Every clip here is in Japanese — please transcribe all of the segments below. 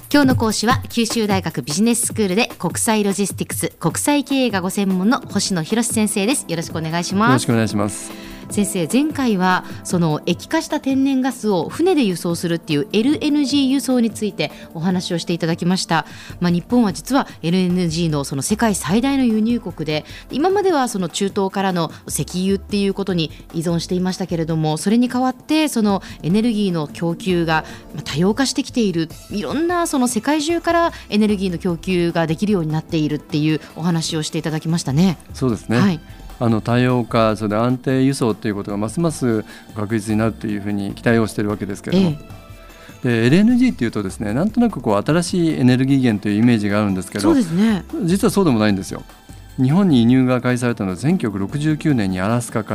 今日の講師は九州大学ビジネススクールで国際ロジスティクス国際経営がご専門の星野博先生です。よろしくお願いします。 よろしくお願いします。 先生、前回はその液化した天然ガスを船で輸送するっていう LNG 輸送についてお話をしていただきました。日本は実は LNG のその世界最大の輸入国で、今まではその中東からの石油っていうことに依存していましたけれども、それに代わってそのエネルギーの供給が多様化してきている、いろんなその世界中からエネルギーの供給ができるようになっているっていうお話をしていただきましたね。 そうですね、 はい、 多様化、それで安定輸送ということがますます確実になるというふうに期待をしているわけですけれども、で LNG っていうとですね、なんとなく新しいエネルギー源というイメージがあるんですけど、 そうですね、 実はそうでもないんですよ。日本に輸入が開始されたのは1969年にアラスカから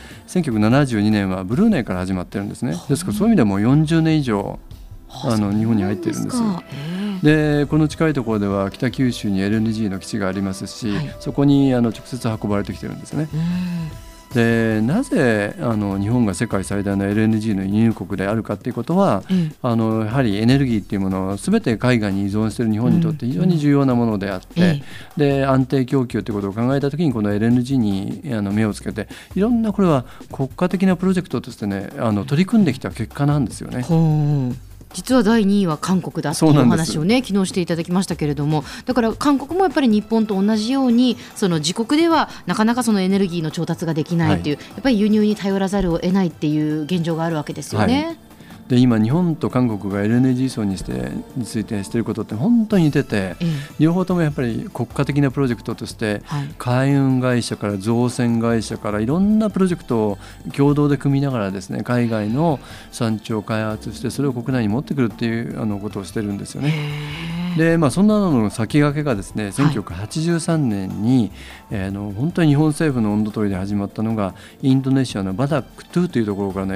、1972年はブルーネイから始まってるんですね。ですからそういう意味ではもう40年以上日本に入っているんです。でこの近いところでは北九州に LNG の基地がありますし、そこに直接運ばれてきてるんですね。でなぜ日本が世界最大の LNG の輸入国であるかということは、やはりエネルギーというものを全て海外に依存している日本にとって非常に重要なものであって、で安定供給ということを考えたときにこの LNG に目をつけて、いろんなこれは国家的なプロジェクトとしてね取り組んできた結果なんですよね。 実は第2位は韓国だっていうお話をね、昨日していただきましたけれども、だから韓国もやっぱり日本と同じようにその自国ではなかなかそのエネルギーの調達ができないっていう、やっぱり輸入に頼らざるを得ないっていう現状があるわけですよね。 で今日本と韓国が LNG 輸送についてしていることって本当に似てて、両方ともやっぱり国家的なプロジェクトとして、海運会社から造船会社からいろんなプロジェクトを共同で組みながらですね、海外の産地を開発してそれを国内に持ってくるっていうことをしてるんですよね。でそんなのの先駆けがですね、1983年に、本当に日本政府の温度取りで始まったのがインドネシアのバダック2というところからの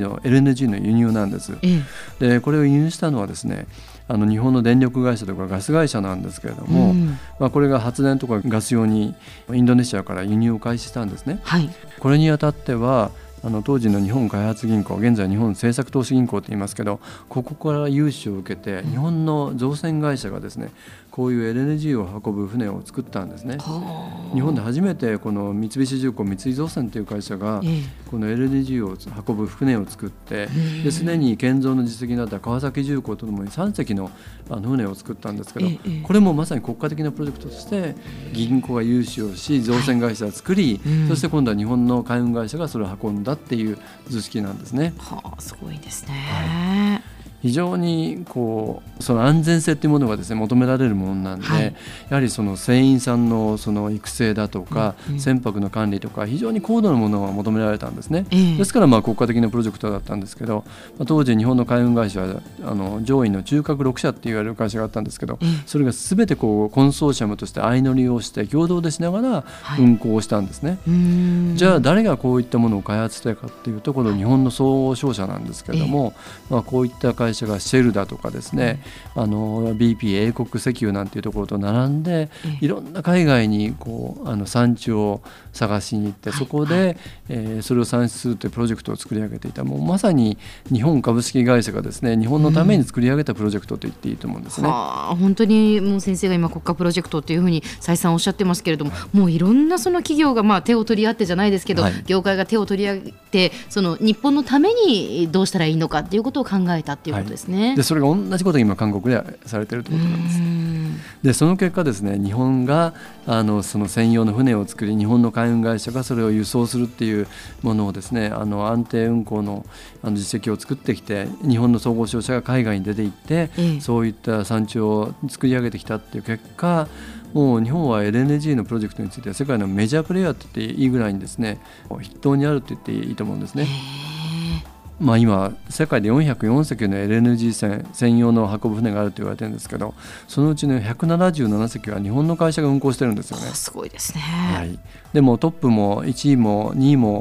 LNG の輸入なんです。でこれを輸入したのはですね、日本の電力会社とかガス会社なんですけれども、これが発電とかガス用にインドネシアから輸入を開始したんですね。これにあたっては当時の日本開発銀行、現在日本政策投資銀行と言いますけど、ここから融資を受けて日本の造船会社がですね、こういう LNG を運ぶ船を作ったんですね。日本で初めてこの三菱重工三井造船という会社がこの LNG を運ぶ船を作って、ですでに建造の実績になった川崎重工とともに3隻の船を作ったんですけど、これもまさに国家的なプロジェクトとして銀行が融資をし、造船会社を作り、そして今度は日本の海運会社がそれを運んだっていう図式なんですね。 すごいですね。 非常にその安全性というものがですね求められるものなんで、やはりその船員さんのその育成だとか、船舶の管理とか非常に高度なものが求められたんですね。ですから国家的なプロジェクトだったんですけど、当時日本の海運会社は上位の中核6社って言われる会社があったんですけど、それが全てコンソーシアムとして相乗りをして共同でしながら運航をしたんですね。じゃあ誰がこういったものを開発したかっていうと、この日本の総合商社なんですけれども、こういった会社がシェルだとかですね、BP 英国石油なんていうところと並んで、いろんな海外に産地を探しに行って、そこで、それを産出するというプロジェクトを作り上げていた、もうまさに日本株式会社がですね、日本のために作り上げたプロジェクトと言っていいと思うんですね。 本当にもう先生が今国家プロジェクトというふうに再三おっしゃってますけれども、もういろんなその企業が手を取り合ってじゃないですけど、業界が手を取り合って、その日本のためにどうしたらいいのかっていうことを考えたっていうことですね。 でそれが同じことが今韓国でされているということなんです。でその結果ですね、日本がその専用の船を作り、日本の海運会社がそれを輸送するっていうものをですね、安定運航の実績を作ってきて、日本の総合商社が海外に出ていって、そういった産地を作り上げてきたっていう結果、もう日本は LNG のプロジェクトについては世界のメジャープレイヤーと言っていいぐらいにですね、筆頭にあると言っていいと思うんですね。今世界で404隻の LNG 専用の運ぶ船があると言われてるんですけど、そのうちの177隻は日本の会社が運航してるんですよね。 すごいですね。 でもトップも1位も2位も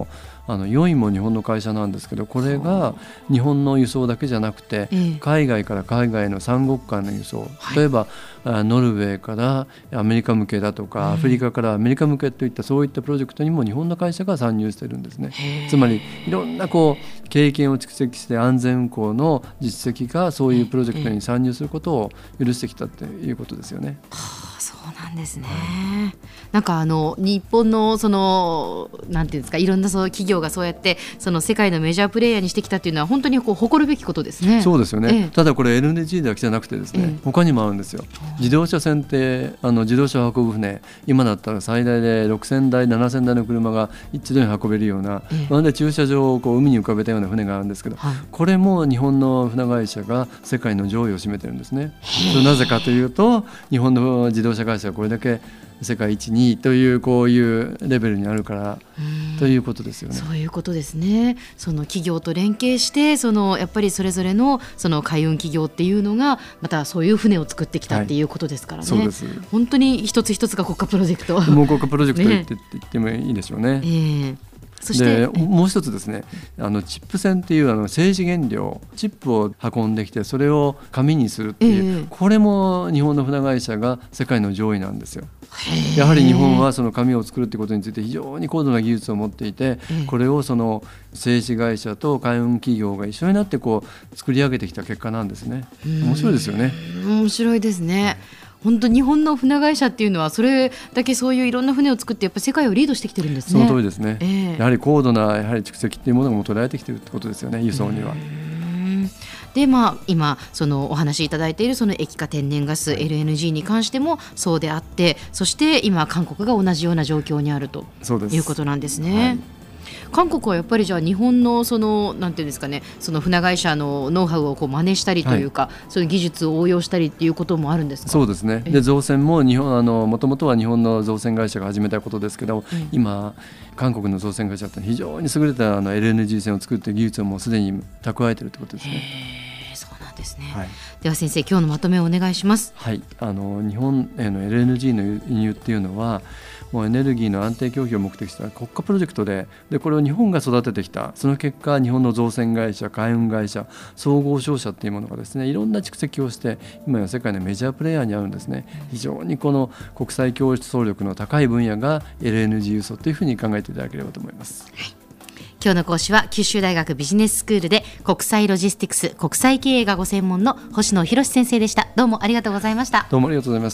ヨイも日本の会社なんですけど、これが日本の輸送だけじゃなくて、海外から海外の三国間の輸送、例えばノルウェーからアメリカ向けだとか、アフリカからアメリカ向けといったそういったプロジェクトにも日本の会社が参入してるんですね。つまりいろんな経験を蓄積して安全運航の実績がそういうプロジェクトに参入することを許してきたということですよね。 そうなんですね。なんか日本のなんていうんですか、いろんな企業がそうやって世界のメジャープレイヤーにしてきたというのは本当に誇るべきことですね。 そうですよね。ただこれ LNG だけじゃなくてですね、他にもあるんですよ。自動車船って自動車を運ぶ船、今だったら最大で6000台7000台の車が一度に運べるような、まるで駐車場を海に浮かべたような船があるんですけど、これも日本の船会社が世界の上位を占めてるんですね。それなぜかというと、日本の自動車会社はこれだけ世界1、2位というこういうレベルにあるからということですよね。 そういうことですね。企業と連携してやっぱりそれぞれの海運企業っていうのがまたそういう船を作ってきたっていうことですからね。 そうです。 本当に一つ一つが国家プロジェクト。 もう国家プロジェクトって言ってもいいでしょうね。 そしてもう一つですね、チップ船っていう製紙原料チップを運んできてそれを紙にするっていう、これも日本の船会社が世界の上位なんですよ。やはり日本はその紙を作るってことについて非常に高度な技術を持っていて、これを製紙会社と海運企業が一緒になって作り上げてきた結果なんですね。面白いですよね。 面白いですね。本当日本の船会社っていうのはそれだけそういういろんな船を作ってやっぱり世界をリードしてきてるんですね。 その通りですね。やはり高度な蓄積っていうものが求められてきているってことですよね、輸送には。 で今お話しいただいている液化天然ガス LNG に関してもそうであって、そして今韓国が同じような状況にあるということなんですね。韓国はやっぱりじゃあ日本のなんていうんですかね、船会社のノウハウを真似したりというか、その技術を応用したりっていうこともあるんですか？ そうですね。で造船ももともとは日本の造船会社が始めたことですけど、今韓国の造船会社って非常に優れたLNG 船を作っている技術をもうすでに蓄えているということですね。 そうなんですね。では先生、今日のまとめをお願いします。 日本への LNG の輸入っていうのはもうエネルギーの安定供給を目的した国家プロジェクトでこれを日本が育ててきた。その結果日本の造船会社、海運会社、総合商社っていうものがですね、いろんな蓄積をして今や世界のメジャープレイヤーにあるんですね。非常にこの国際競争力の高い分野が LNG 輸送というふうに考えていただければと思います。 今日の講師は九州大学ビジネススクールで国際ロジスティクス国際経営がご専門の星野博先生でした。どうもありがとうございました。 どうもありがとうございました。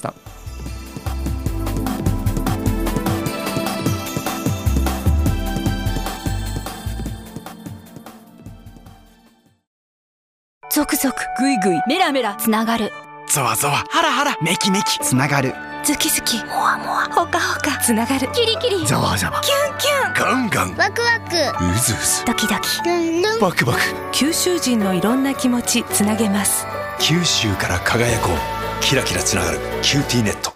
ゾクゾクグイグイメラメラつながる、 ゾワゾワハラハラメキメキつながる、 ズキズキモワモワホカホカつながる、キリキリザワザワキュンキュンガンガンワクワクうずうずドキドキルンルンバクバク、 九州人のいろんな気持ちつなげます。 九州から輝こう、キラキラつながるキューティーネット。